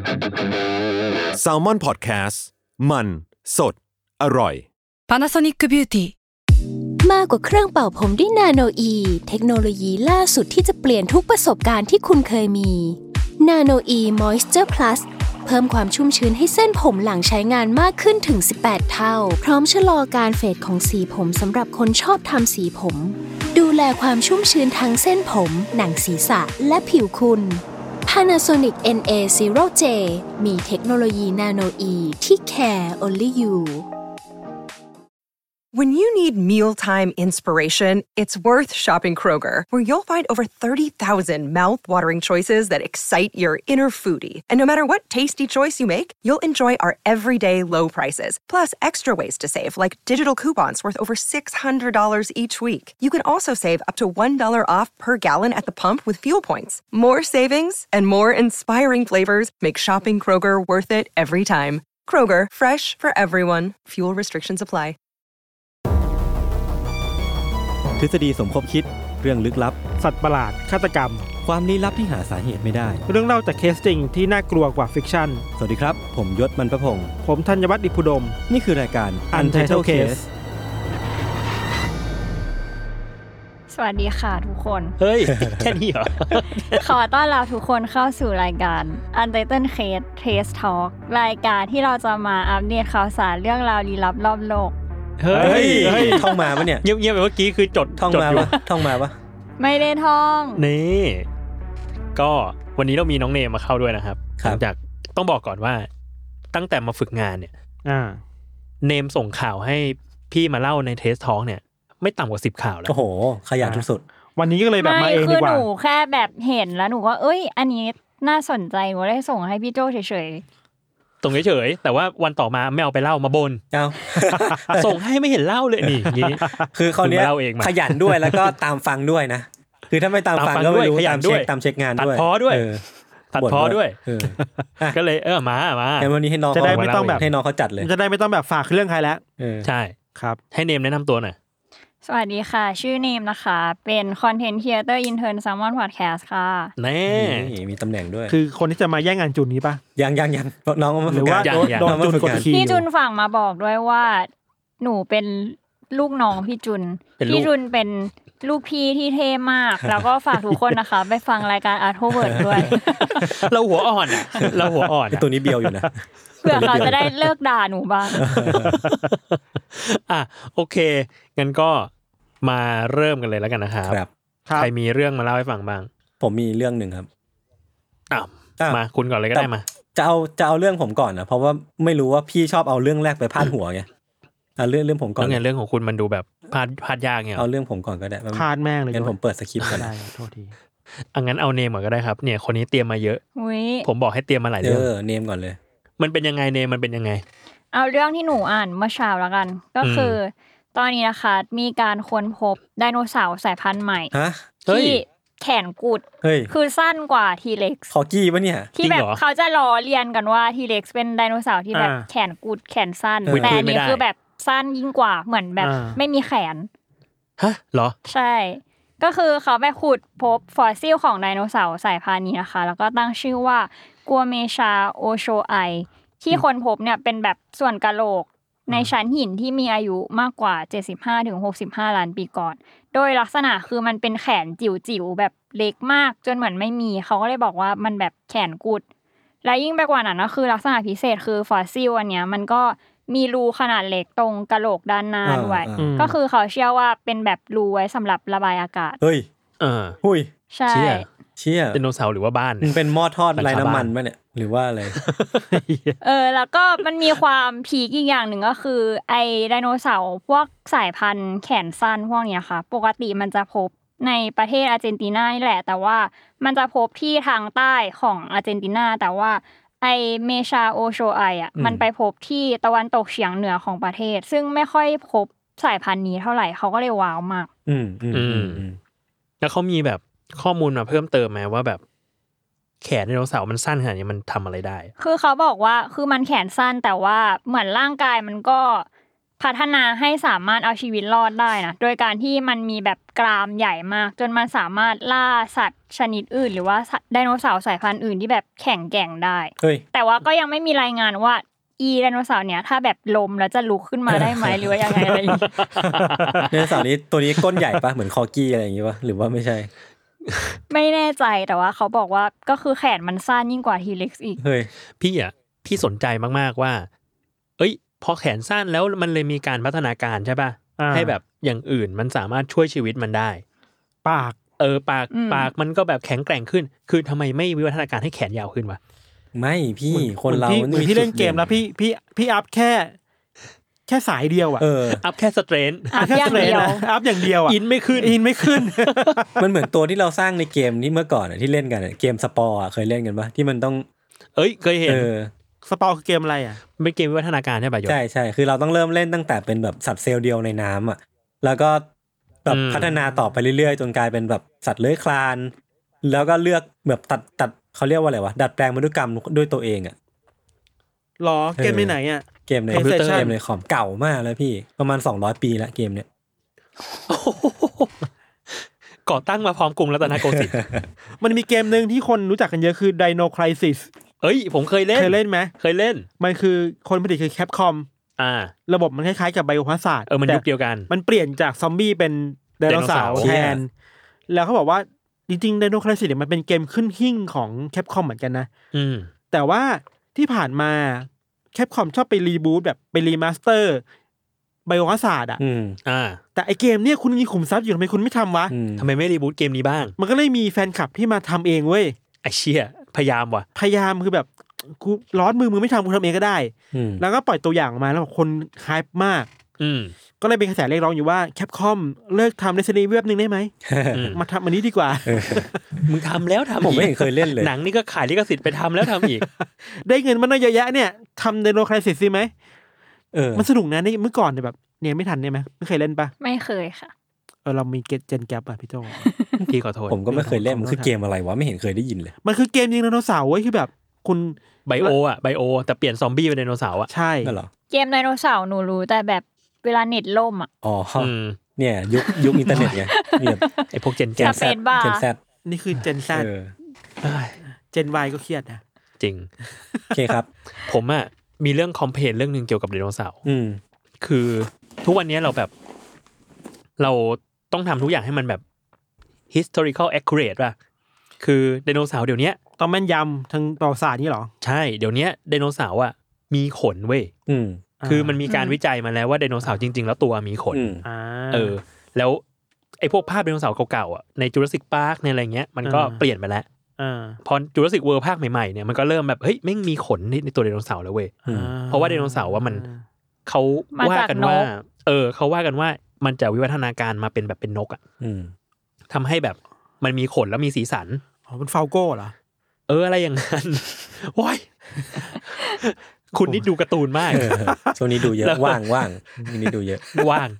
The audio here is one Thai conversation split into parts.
Salmon Podcast มันสดอร่อย Panasonic Beauty มากกว่าเครื่องเป่าผมด้วยนาโนอีเทคโนโลยีล่าสุดที่จะเปลี่ยนทุกประสบการณ์ที่คุณเคยมีนาโนอีมอยส์เจอร์พลัสเพิ่มความชุ่มชื้นให้เส้นผมหลังใช้งานมากขึ้นถึง18เท่าพร้อมชะลอการเฟดของสีผมสำหรับคนชอบทำสีผมดูแลความชุ่มชื้นทั้งเส้นผมหนังศีรษะและผิวคุณ Panasonic NA0J มีเทคโนโลยีนาโนอีที่ care only you When you need mealtime inspiration, it's worth shopping Kroger, where you'll find over 30,000 mouth-watering choices that excite your inner foodie. And no matter what tasty choice you make, you'll enjoy our everyday low prices, plus extra ways to save, like digital coupons worth over $600 each week. You can also save up to $1 off per gallon at the pump with fuel points. More savings and more inspiring flavors make shopping Kroger worth it every time. Kroger, fresh for everyone. Fuel restrictions apply. ทฤษฎีสมคบคิดเรื่องลึกลับสัตว์ประหลาดฆาตกรรมความลี้ลับที่หาสาเหตุไม่ได้เรื่องเล่าจากเคสจริงที่น่ากลัวกว่าฟิกชั่นสวัสดีครับผมยศมันประพงษ์ผมธัญวัฒน์อิพุดมนี่คือรายการ Untitled Case สวัสดีค่ะทุกคนเฮ้ย แค่นี้เหรอขอต้อนรับทุกคนเข้าสู่รายการ Untitled Case Trace Talk รายการที่เราจะมาอัปเดตข่าวสารเรื่องราวลี้ลับรอบโลกเฮ้ยท่องมาปะเนี่ยเงียบๆไปเมื่อกี้คือจดท่องมาปะท่องมาปะไม่ได้ท่องนี่ก็วันนี้เรามีน้องเนมมาเข้าด้วยนะครับหลังจากต้องบอกก่อนว่าตั้งแต่มาฝึกงานเนี่ยเนมส่งข่าวให้พี่มาเล่าในเทสทอล์กเนี่ยไม่ต่ำกว่า10ข่าวแล้วโอ้โหขยันสุดๆวันนี้ก็เลยแบบมาเองดีกว่าคือหนูแค่แบบเห็นแล้วหนูก็เอ้ยอันนี้น่าสนใจหนูได้ส่งให้พี่โจ้เฉยตรงเฉยๆแต่ว่าวันต่อมาไม่เอาไปเล่ามาบนส่งให้ไม่เห็นเล่าเลยนี่อย่างงี้คือเขาเนี้ยขยันด้วยแล้วก็ตามฟังด้วยนะคือถ้าไม่ตามฟังก็ไม่รู้ตามเช็คงานด้วยตัดพ้อด้วยตัดพ้อด้วยก็เลยมางั้นวันนี้ให้น้องจะได้ไม่ต้องแบบให้น้องเขาจัดเลยจะได้ไม่ต้องแบบฝากเรื่องใครแล้วใช่ครับให้เนมแนะนำตัวหน่อยสวัสดีค่ะชื่อเนมนะคะเป็นคอนเทนต์ครีเอเตอร์อินเทิร์น Salmon Podcast ค่ะแน่มีตำแหน่งด้วยคือคนที่จะมาแย่งงานจุนนี้ป่ะยังน้องหรือว่าโดนจุนกดขี่พี่จุนฝากมาบอกด้วยว่าหนูเป็นลูกน้องพี่จุนเป็นลูกพี่ที่เท่มากแล้วก็ฝากทุกคนนะคะไปฟังรายการ Artwork ด้วยเราหัวอ่อนตัวนี้เบียวอยู่นะเพื่อเขาจะได้เลิกด่าหนูบ้างโอเคงั้นก็มาเริ่มกันเลยแล้วกันนะครับใครมีเรื่องมาเล่าให้ฟังบ้างผมมีเรื่องนึงครับมาคุณก่อนเลยก็ได้มาจะเอาเรื่องผมก่อนนะเพราะว่าไม่รู้ว่าพี่ชอบเอาเรื่องแรกไปพาดหัวไงเรื่องผมก่อนเรื่องของคุณมันดูแบบพาดยากไงเอาเรื่องผมก่อนก็ได้พาดแม่งเลยงั้นผมเปิดสคริปต์ก่อนได้โทษทีงั้นเอาเนมก่อนก็ได้ครับเนี่ยคนนี้เตรียมมาเยอะผมบอกให้เตรียมมาหลายเรื่องเนมก่อนเลยมันเป็นยังไงเนมมันเป็นยังไงเอาเรื่องที่หนูอ่านเมื่อเช้าแล้วกันก็คือตอนนี้นะคะมีการค้นพบไดโนเสาร์สายพันธุ์ใหม่ที่แขนกุดคือสั้นกว่าทีเร็กซ์คอกี้ป่ะเนี่ยที่แบบเขาจะล้อเลียนกันว่าทีเร็กซ์เป็นไดโนเสาร์ที่แบบแขนกุดแขนสั้นแต่อันนี้คือแบบสั้นยิ่งกว่าเหมือนแบบไม่มีแขนฮะเหรอใช่ก็คือเขาไปขุดพบฟอสซิลของไดโนเสาร์สายพันธุ์นี้นะคะแล้วก็ตั้งชื่อว่ากัวเมชาโอโชไอที่คนพบเนี่ยเป็นแบบส่วนกะโหลกในชั้นหินที่มีอายุมากกว่า 75-65 ล้านปีก่อนโดยลักษณะคือมันเป็นแขนจิ๋วๆแบบเล็กมากจนเหมือนไม่มีเขาก็เลยบอกว่ามันแบบแขนกุดและยิ่งไปกว่านั้นก็คือลักษณะพิเศษคือฟอสซิลอันเนี้ยมันก็มีรูขนาดเล็กตรงกะโหลกด้านหน้าด้วยก็คือเขาเชื่อว่าเป็นแบบรูไว้สำหรับระบายอากาศเฮ้ยหุ้ยใช่เชี่ยไดโนเสาร์หรือว่าบ้านมันเป็นหม้อทอดไร้น้ำมันป่ะเนี่ยหรือว่าอะไรแล้วก็มันมีความพีคอีกอย่างหนึ่งก็คือไอ้ไดโนเสาร์พวกสายพันธุ์แขนสั้นพวกเนี้ยค่ะปกติมันจะพบในประเทศอาร์เจนตินานี่แหละแต่ว่ามันจะพบที่ทางใต้ของอาร์เจนตินาแต่ว่าไอเมชาโอโชไอมันไปพบที่ตะวันตกเฉียงเหนือของประเทศซึ่งไม่ค่อยพบสายพันธุ์นี้เท่าไหร่เขาก็เลยว้าวมากแล้วเขามีแบบข้อมูลมาเพิ่มเติมไหมว่าแบบแขนไดโนเสาร์มันสั้นขนาดนี้มันทำอะไรได้คือเขาบอกว่าคือมันแขนสั้นแต่ว่าเหมือนร่างกายมันก็พัฒนาให้สามารถเอาชีวิตรอดได้นะโดยการที่มันมีแบบกรามใหญ่มากจนมันสามารถล่าสัตว์ชนิดอื่นหรือว่าไดโนเสาร์สายพันธุ์อื่นที่แบบแข็งแกร่งได้แต่ว่าก็ยังไม่มีรายงานว่าไดโนเสาร์เนี้ยถ้าแบบล้มแล้วจะลุกขึ้นมาได้ไหมหรือว่ายังไงอะไรอย่างเงี้ยไดโนเสาร์นี้ตัวนี้ก้นใหญ่ปะเหมือนคอกี้อะไรอย่างงี้ปะหรือว่าไม่ใช่ไม่แน่ใจแต่ว่าเขาบอกว่าก็คือแขนมันสั้นยิ่งกว่าทีเล็กซ์อีกเฮ้ยพี่สนใจมากๆว่าพอแขนสั้นแล้วมันเลยมีการพัฒนาการใช่ป่ะให้แบบอย่างอื่นมันสามารถช่วยชีวิตมันได้ปากปากมันก็แบบแข็งแกร่งขึ้นคือทำไมไม่วิวัฒนาการให้แขนยาวขึ้นวะไม่พี่คนเราพี่เล่นเกมแล้วพี่อัพแค่สายเดียวอ่ะอัพแค่สเตรนท์อัพอย่างเดียวอัพอย่างเดียวอ่ะอินไม่ขึ้นมันเหมือนตัวที่เราสร้างในเกมนี้เมื่อก่อนที่เล่นกันเกมสปอร์เคยเล่นกันปะที่มันต้องเคยเห็นสปอร์คือเกมอะไรอ่ะเป็นเกมวิวัฒนาการใช่ป่ะโยใช่คือเราต้องเริ่มเล่นตั้งแต่เป็นแบบสัตว์เซลล์เดียวในน้ำอ่ะแล้วก็แบบพัฒนาต่อไปเรื่อยๆจนกลายเป็นแบบสัตว์เลื้อยคลานแล้วก็เลือกแบบตัดเขาเรียกว่าอะไรวะดัดแปลงพันธุกรรมด้วยตัวเองอ่ะหรอเกมไหนอ่ะเกมในคอมพิวเตอร์เกมในคอมเก่ามากแล้วพี่ประมาณ200 ปีแล้วเกมเนี้ยก่อตั้งมาพร้อมกรุงรัตนโกสินทร์มันมีเกมนึงที่คนรู้จักกันเยอะคือ Dino Crisis ผมเคยเล่นไหมเคยเล่นมันคือคนผลิตคือ Capcom ระบบมันคล้ายๆกับ Biohazard มันยุคเดียวกันมันเปลี่ยนจากซอมบี้เป็นไดโนเสาร์แทนแล้วเขาบอกว่าจริงๆ Dino Crisis เนี่ยมันเป็นเกมขึ้นหิ้งของ Capcom เหมือนกันนะแต่ว่าที่ผ่านมาแคปคอมชอบไปรีบูทแบบไปรีมาสเตอร์ไบโอฮาซาร์ดอ่ะแต่ไอเกมเนี่ยคุณมีขุมทรัพย์อยู่ทำไมคุณไม่ทำวะทำไมไม่รีบูทเกมนี้บ้างมันก็เลยมีแฟนคลับที่มาทำเองเว้ยไอเชี่ยพยายามคือแบบกูร้อนมือไม่ทำกูทำเองก็ได้แล้วก็ปล่อยตัวอย่างออกมาแล้วคนไฮป์มากก็เลยเป็นกระแสเรียกร้องอยู่ว่าแคปคอมเลิกทำ Resident Evil นึงได้ไหมมาทำอันนี้ดีกว่ามึงทำแล้วทำผมไม่เห็นเคยเล่นเลยหนังนี่ก็ขายลิขสิทธิ์ไปทำแล้วทำอีกได้เงินมันเยอะแยะเนี่ยทำ Dino Crisis สิไหมมันสนุกนะนี่เมื่อก่อนแบบเนี่ยไม่ทันได้ไหมไม่เคยเล่นปะไม่เคยค่ะเรามีเจนแกปอ่ะพี่โจพี่ขอโทษผมก็ไม่เคยเล่นมันคือเกมอะไรวะไม่เห็นเคยได้ยินเลยมันคือเกมยิงไดโนเสาร์เว้ยคือแบบคุณไบโอแต่เปลี่ยนซอมบี้เป็นไดโนเสาร์อ่ะใช่นั่นเหรอเกมไดโนเสาร์หนูรู้แต่แบบเวลาเน็ตล่มอ่ะเนี่ยยุคอินเทอร์เน็ตไงไอพวกเจนแซดนี่คือเจนแซดเจน Y ก็เครียดนะจริงโอเคครับผมอ่ะมีเรื่องคอมเพลนเรื่องนึงเกี่ยวกับไดโนเสาร์คือทุกวันนี้เราต้องทำทุกอย่างให้มันแบบ historical accurate ป่ะคือไดโนเสาร์เดี๋ยวนี้ต้องแม่นยำทั้งประวัติศาสตร์นี่หรอใช่เดี๋ยวนี้ไดโนเสาร์อ่ะมีขนเว้ยคือมันมีการวิจัยมาแล้วว่าไดโนเสาร์จริงๆแล้วตัวมีขนแล้วไอ้พวกภาพไดโนเสาร์เก่าๆอ่ะใน Jurassic Park ในอะไรเงี้ยมันก็เปลี่ยนไปแล้วพอ Jurassic World ภาคใหม่ๆเนี่ยมันก็เริ่มแบบเฮ้ยแม่งมีขนในตัวไดโนเสาร์แล้วเว้ยเพราะว่าไดโนเสาร์ว่ามันเขาว่ากันว่าเขาว่ากันว่ามันจะวิวัฒนาการมาเป็นแบบเป็นนกอ่ะทำให้แบบมันมีขนแล้วมีสีสันเป็นฟาลโก้เหรออะไรอย่างนั้นโอ้ยคุณนี่ดูการ์ตูนมากช่วงนี้ดูเยอะว่างนี่ดูเยอะว่าง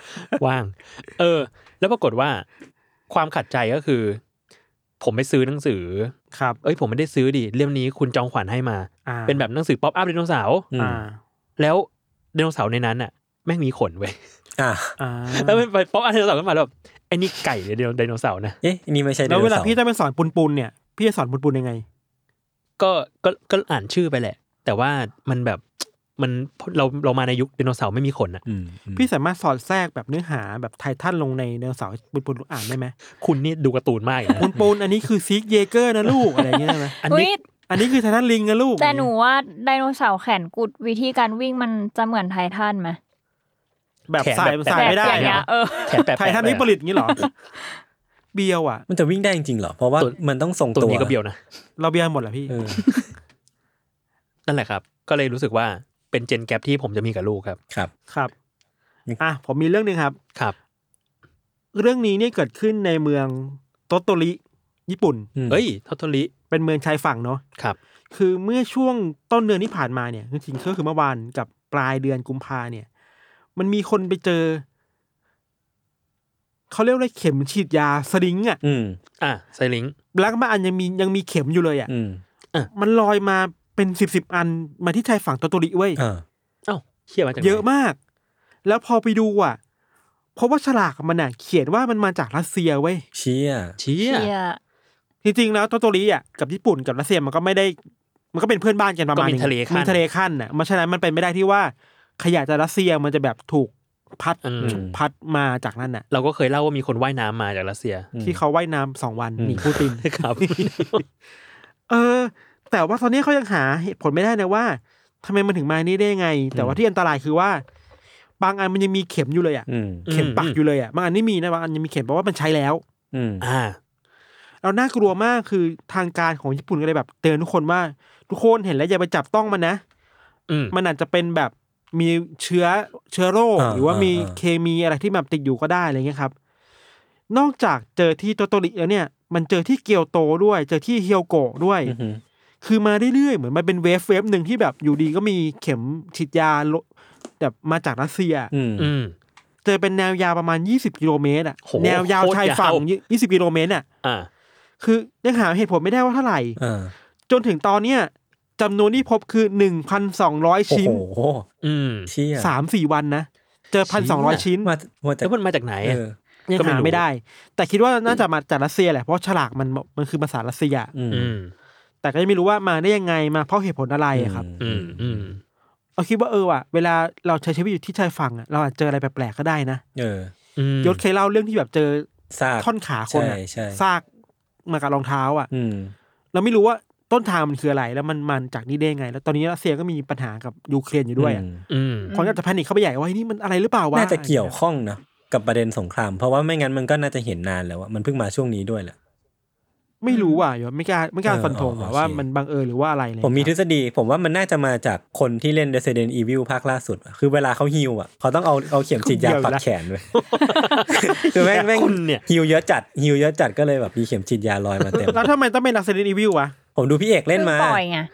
แล้วปรากฏว่าความขัดใจก็คือผมไปซื้อหนังสือครับผมไม่ได้ซื้อดิเล่มนี้คุณจองขวัญให้มาเป็นแบบหนังสือป๊อปอัพไดโนเสาร์แล้วไดโนเสาร์ในนั้นน่ะแม่งมีขนเว้ยแล้วไปป๊อปอัพไดโนเสาร์ขึ้นมาแล้วไอ้นี่ไก่ไดโนเสาร์นะนี่ไม่ใช่ไดโนเสาร์แล้วเวลาพี่จะไปสอนปุนเนี่ยพี่จะสอนปุนยังไงก็อ่านชื่อไปแหละแต่ว่ามันแบบมันเรามาในยุคไดโนเสาร์ไม่มีขนอ่ะพี่สามารถสอดแทรกแบบเนื้อหาแบบไททันลงในไดโนเสาร์ปุนอ่านได้ไหมคุณนี่ดูการ์ตูนมากนะปุนอันนี้คือซิกเยเกอร์นะลูกอะไรเงี้ยนะอันนี้คือไททันลิงนะลูกแต่หนูว่าไดโนเสาร์แขนกุดวิธีการวิ่งมันจะเหมือนไททันไหมแบบสายไม่ได้ไททันวิปริตงี้หรอเบียวอ่ะมันจะวิ่งได้จริงๆเหรอเพราะว่ามันต้องทรงตัวนี้ก็เบียวนะเราเบียวหมดแหละพี่นั่นแหละครับก็เลยรู้สึกว่าเป็นเจนแกปที่ผมจะมีกับลูกครับครับผมมีเรื่องนึงครับเรื่องนี้เนี่ยเกิดขึ้นในเมืองโตโตริญี่ปุ่นโตโตริเป็นเมืองชายฝั่งเนาะครับคือเมื่อช่วงต้นเดือนที่ผ่านมาเนี่ยจริงๆก็คือเมื่อวานกับปลายเดือนกุมภาเนี่ยมันมีคนไปเจอเขาเรียกว่าเข็มฉีดยาสลิงอ่ะสลิงแล้วก็อันยังมีเข็มอยู่เลยมันลอยมาเป็น10 อันมาที่ชายฝั่งโตโตริเว้ยเชี่ยมาจากเยอะมากแล้วพอไปดูอ่ะเพราะว่าฉลากมันน่ะเขียนว่ามันมาจากรัสเซียเว้ยเชี่ยจริงๆแล้วโตโตริอ่ะกับญี่ปุ่นกับรัสเซียมันก็ไม่ได้มันก็เป็นเพื่อนบ้านกันประมาณนึงมีทะเลขั้นน่ะเพราะฉะนั้นมันเป็นไม่ได้ที่ว่าขยะจากรัสเซียมันจะแบบถูกพัดมาจากนั่นน่ะเราก็เคยเล่าว่ามีคนว่ายน้ำมาจากรัสเซียที่เขาว่ายน้ำ2 วันหนีปูตินครับแต่ว่าตอนนี้เขายังหาเหตุผลไม่ได้นะว่าทำไมมันถึงมานี่ได้ไงแต่ว่าที่อันตรายคือว่าบางอันมันยังมีเข็มอยู่เลยอ่ะเข็มปักอยู่เลยอ่ะบางอันไม่มีนะบางอันยังมีเข็มเพราะว่ามันใช้แล้วเราน่ากลัวมากคือทางการของญี่ปุ่นก็เลยแบบเตือนทุกคนว่าทุกคนเห็นแล้วอย่าไปจับต้องมันนะมันอาจจะเป็นแบบมีเชื้อโรคหรือว่ามีเคมีอะไรที่แบบติดอยู่ก็ได้อะไรเงี้ยครับนอกจากเจอที่โตโตริแล้วเนี่ยมันเจอที่เกียวโตด้วยเจอที่เฮียวโกะด้วยคือมาเรื่อยๆเหมือนมันเป็นเวฟหนึ่งที่แบบอยู่ดีก็มีเข็มฉีดยาแบบมาจากรัสเซียเจอเป็นแนวยาวประมาณ20 กิโลเมตรอ่ะแนวยาวชายฝั่ง20 กิโลเมตรอ่ะคือยังหาเหตุผลไม่ได้ว่าเท่าไหร่จนถึงตอนเนี้ยจำนวนที่พบคือ 1,200 ชิ้น3-4 วันนะเจอ 1,200 ชิ้นแล้วมันมาจากไหนยังหาไม่ได้แต่คิดว่าน่าจะมาจากรัสเซียแหละเพราะฉลากมันคือภาษารัสเซียแต่ก็ยังไม่รู้ว่ามาได้ยังไงมาเพราะเหตุผลอะไรครับเราคิดว่าว่ะเวลาเราใช้ชีวิตอยู่ที่ชายฝั่งเราอาจเจออะไรแปลกๆก็ได้นะยศเคยเล่าเรื่องที่แบบเจอท่อนขาคนซากมากับรองเท้าเราไม่รู้ว่าต้นทางมันคืออะไรแล้วมันจากนี้ได้ไงแล้วตอนนี้รัสเซียก็มีปัญหากับยูเครนอยู่ด้วยคนก็จะแพนิคเข้าไปใหญ่ว่านี่มันอะไรหรือเปล่าวะน่าจะเกี่ยวข้องนะกับประเด็นสงครามเพราะว่าไม่งั้นมันก็น่าจะเห็นนานแล้วว่ามันเพิ่งมาช่วงนี้ด้วยแหละไม่รู้ว่ะไม่กล้าฟันธงว่ามันบังเอิญหรือว่าอะไรเลยผมมีทฤษฎีผมว่ามันน่าจะมาจากคนที่เล่น Resident Evil ภาคล่าสุดคือเวลาเขาฮีลเขาต้องเอาเข็มฉีดยาปักแขนด้วยคือแม่งเนี่ยฮีลเยอะจัดก็เลยแบบมีเข็มฉีดยาลอยมาเต็มแล้วทำไมต้องเป็น Resident Evil วะผมดูพี่เอกเล่นมาปล่อยไง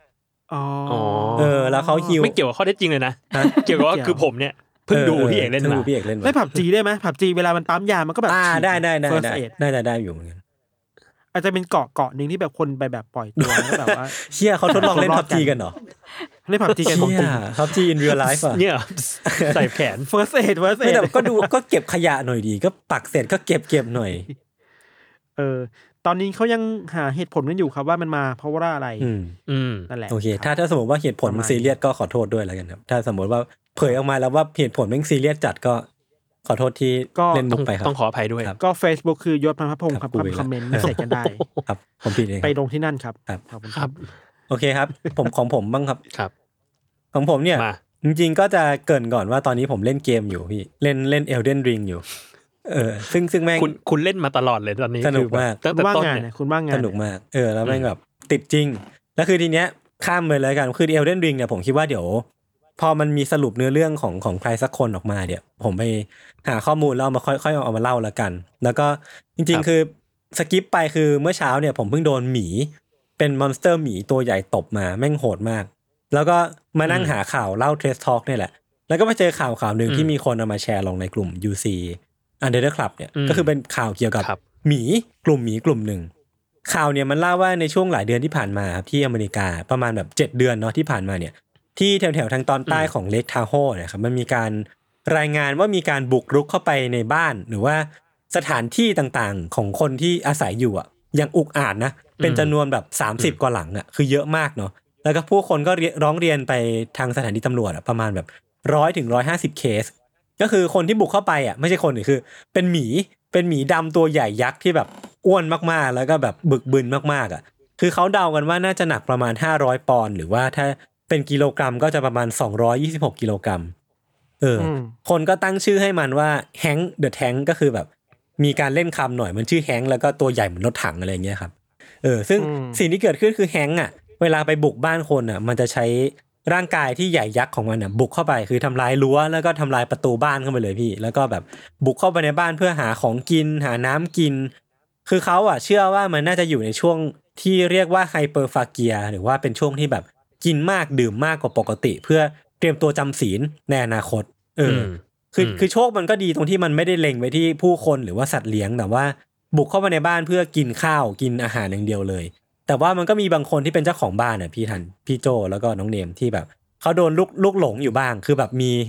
แล้วเขาฮีลไม่เกี่ยวกับข้อเท็จจริงเลยนะเกี่ยวกับว่าคือผมเนี่ยเพิ่งดูพี่เอกเล่นมาได้ผับจีได้ไหมผับจีเวลามันปั๊มยามันก็แบบได้น่าจะได้อยู่เหมือนกันอาจจะเป็นเกาะนึงที่แบบคนไปแบบปล่อยตัวแล้วแบบว่าเชี่ยเขาทดลองเล่นผับจีกันเหรอเล่นผับจีกันของจริงผับจี in real life เนี่ยใส่แขน first aid แต่ก็เก็บขยะหน่อยดีก็ปักเสร็จก็เก็บหน่อยตอนนี้เขายังหาเหตุผลกันอยู่ครับว่ามันมาเพราะว่าอะไรนั่นแหละโอเคถ้าสมมติว่าเหตุผลมันซีเรียสก็ขอโทษด้วยแล้วกันครับถ้าสมมติว่าเผยออกมาแล้วว่าเหตุผลมันซีเรียสจัดก็ขอโทษที่เล่นมุกไปครับต้องขออภัยด้วยก็ Facebook คือยศพันธพงศ์ครับคอมเมนต์ใส่กันได้ครับผมผิดเองไปลงที่นั่นครับครับโอเคครับของผมบ้างครับครับของผมเนี่ยจริงๆก็จะเกริ่นก่อนว่าตอนนี้ผมเล่นเกมอยู่พี่เล่น Elden Ring อยู่ซึ่งแม่งคุณเล่นมาตลอดเลยตอนนี้สนุกมากตั้งแต่ต้นเนี่ยคุณว่างงานสนุกมากแล้วแม่งแบบติดจริงแล้วคือทีเนี้ยข้ามไปเลยกันคือ Elden Ring เนี่ยผมคิดว่าเดี๋ยวพอมันมีสรุปเนื้อเรื่องของใครสักคนออกมาเดี๋ยวผมไปหาข้อมูลแล้วมาค่อยๆเอามาเล่าแล้วกันแล้วก็จริงๆคือสกิปไปคือเมื่อเช้าเนี่ยผมเพิ่งโดนหมีเป็นมอนสเตอร์หมีตัวใหญ่ตบมาแม่งโหดมากแล้วก็มานั่งหาข่าวเล่า Trace Talk เนี่ยแหละแล้วก็ไปเจอข่าวนึงที่มีคนเอามาแชร์ลงในกลุ่ม UC Underdog Club เนี่ยก็คือเป็นข่าวเกี่ยวกับหมีกลุ่มหนึ่งข่าวเนี่ยมันเล่าว่าในช่วงหลายเดือนที่ผ่านมาที่อเมริกาประมาณแบบ7 เดือนเนาะที่ผ่านมาเนี่ยที่แถวทางตอนใต้ของเลคทาโฮเนี่ยครับมันมีการรายงานว่ามีการบุกรุกเข้าไปในบ้านหรือว่าสถานที่ต่างๆของคนที่อาศัยอยู่อย่างอุกอาจนะเป็นจำนวนแบบ30กว่าหลังคือเยอะมากเนาะแล้วก็ผู้คนก็ร้องเรียนไปทางสถานีตำรวจประมาณแบบ100 ถึง 150เคสก็คือคนที่บุกเข้าไปไม่ใช่คนคือเป็นหมีดำตัวใหญ่ยักษ์ที่แบบอ้วนมากๆแล้วก็แบบบึกบึนมากคือเขาเดากันว่าน่าจะหนักประมาณ500 ปอนด์หรือว่าถ้าเป็นกิโลกรัมก็จะประมาณ226กิโลกรัมคนก็ตั้งชื่อให้มันว่าแฮงค์เดอะแทงค์ก็คือแบบมีการเล่นคำหน่อยมันชื่อแฮงค์แล้วก็ตัวใหญ่เหมือนรถถังอะไรเงี้ยครับซึ่งสิ่งที่เกิดขึ้นคือแฮงค์เวลาไปบุกบ้านคนมันจะใช้ร่างกายที่ใหญ่ยักษ์ของมันบุกเข้าไปคือทำลายรั้วแล้วก็ทำลายประตูบ้านเข้าไปเลยพี่แล้วก็แบบบุกเข้าไปในบ้านเพื่อหาของกินหาน้ำกินคือเขาเชื่อว่ามันน่าจะอยู่ในช่วงที่เรียกว่าไฮเปอร์ฟาเกียหรือว่าเป็นช่วงที่แบบกินมากดื่มมากกว่าปกติเพื่อเตรียมตัวจำศีลในอนาคตคือโชคมันก็ดีตรงที่มันไม่ได้เล็งไปที่ผู้คนหรือว่าสัตว์เลี้ยงแต่ว่าบุกเข้ามาในบ้านเพื่อกินข้าวกินอาหารอย่างเดียวเลยแต่ว่ามันก็มีบางคนที่เป็นเจ้าของบ้านพี่โจแล้วก็น้องเนมที่แบบเขาโดนลูกหลงอยู่บ้างคือแบบมี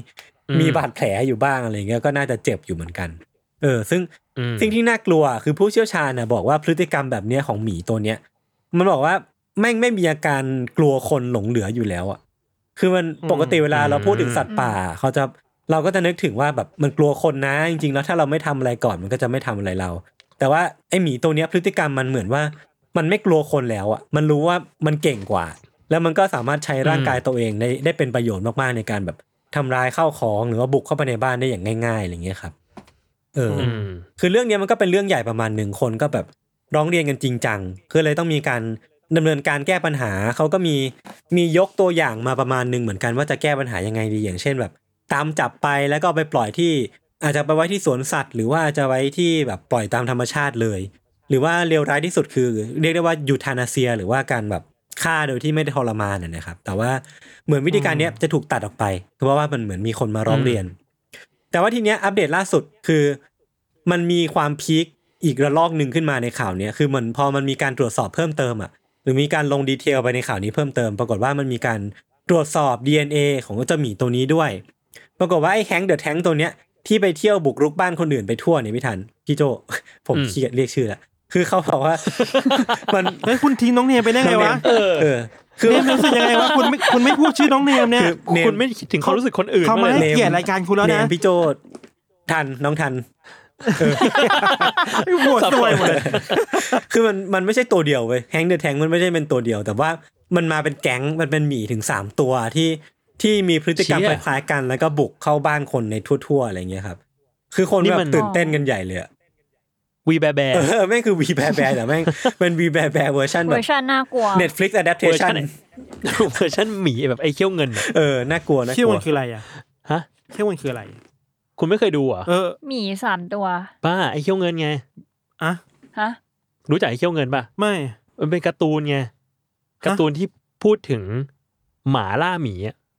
มีบาดแผลอยู่บ้างอะไรเงี้ยก็น่าจะเจ็บอยู่เหมือนกันซึ่งสิ่งที่น่ากลัวคือผู้เชี่ยวชาญนะบอกว่าพฤติกรรมแบบเนี้ยของหมีตัวเนี้ยมันบอกว่าแม่งไม่มีอาการกลัวคนหลงเหลืออยู่แล้วอ่ะคือมันปกติเวลาเราพูดถึงสัตว์ป่าเราก็จะนึกถึงว่าแบบมันกลัวคนนะจริงๆแล้วถ้าเราไม่ทำอะไรก่อนมันก็จะไม่ทำอะไรเราแต่ว่าไอ้หมีตัวเนี้ยพฤติกรรมมันเหมือนว่ามันไม่กลัวคนแล้วอ่ะมันรู้ว่ามันเก่งกว่าแล้วมันก็สามารถใช้ร่างกายตัวเองได้เป็นประโยชน์มากๆในการแบบทำลายข้าวของหรือว่าบุกเข้าไปในบ้านได้อย่างง่ายๆอะไรเงี้ยครับคือเรื่องนี้มันก็เป็นเรื่องใหญ่ประมาณหนึ่งคนก็แบบร้องเรียนกันจริงจังคือเลยต้องมีการดำเนินการแก้ปัญหาเขาก็มียกตัวอย่างมาประมาณนึงเหมือนกันว่าจะแก้ปัญหายังไงดีอย่างเช่นแบบตามจับไปแล้วก็ไปปล่อยที่อาจจะไปไว้ที่สวนสัตว์หรือว่าจะไว้ที่แบบปล่อยตามธรรมชาติเลยหรือว่าเลวร้ายที่สุดคือเรียกได้ว่ายูทานาเซียหรือว่าการแบบฆ่าโดยที่ไม่ได้ทรมานนะครับแต่ว่าเหมือนวิธีการนี้จะถูกตัดออกไปเพราะว่ามันเหมือนมีคนมาร้องเรียนแต่ว่าทีเนี้ยอัปเดตล่าสุดคือมันมีความพีคอีกระลอกนึงขึ้นมาในข่าวนี้คือมันพอมันมีการตรวจสอบเพิ่มเติมหรือมีการลงดีเทลไปในข่าวนี้เพิ่มเติมปรากฏว่ามันมีการตรวจสอบ DNA ของเจ้าหมีตัวนี้ด้วยปรากฏว่าไอ้แฮงค์เดอะแทงค์ตัวเนี้ยที่ไปเที่ยวบุกรุกบ้านคนอื่นไปทั่วเนี่ยพี่ทันพี่โจผมขี้เกียจเรียกชื่อละคือเขาบอกว่ามันเฮ้ยคุณทิ้งน้องเนมไปได้ไงวะคือเนมรู้สึกยังไงวะคุณไม่พูดชื่อน้องเนมเนี่ยคุณไม่ถึงความรู้สึกคนอื่นเขามาให้เกียรติรายการคุณแล้วนะพี่โจทันน้องทันหัวสวยหมดคือมันไม่ใช่ตัวเดียวเว้ยแฮงค์เดอะแทงค์มันไม่ใช่เป็นตัวเดียวแต่ว่ามันมาเป็นแก๊งมันเป็นหมีถึง3ตัวที่มีพฤติกรรมคล้ายๆกันแล้วก็บุกเข้าบ้านคนในทั่วๆอะไรเงี้ยครับคือคนแบบตื่นเต้นกันใหญ่เลยวีแบร์แบร์แม่งคือวีแบร์แบร์แต่แม่งเป็นวีแบร์แบร์เวอร์ชันแบบน่ากลัว Netflix adaptation เวอร์ชันหมีแบบไอ้เขี้ยวเงินน่ากลัวนะเขี้ยวเงินคืออะไรอ่ะฮะเขี้ยวเงินคืออะไรคุณไม่เคยดูเหรอหมี3ตัวป้าไอ้เขี้ยวเงินไงอะฮะรู้จักไอ้เขี้ยวเงินป่ะไม่มันเป็นการ์ตูนไงการ์ตูนที่พูดถึงหมาล่าหมี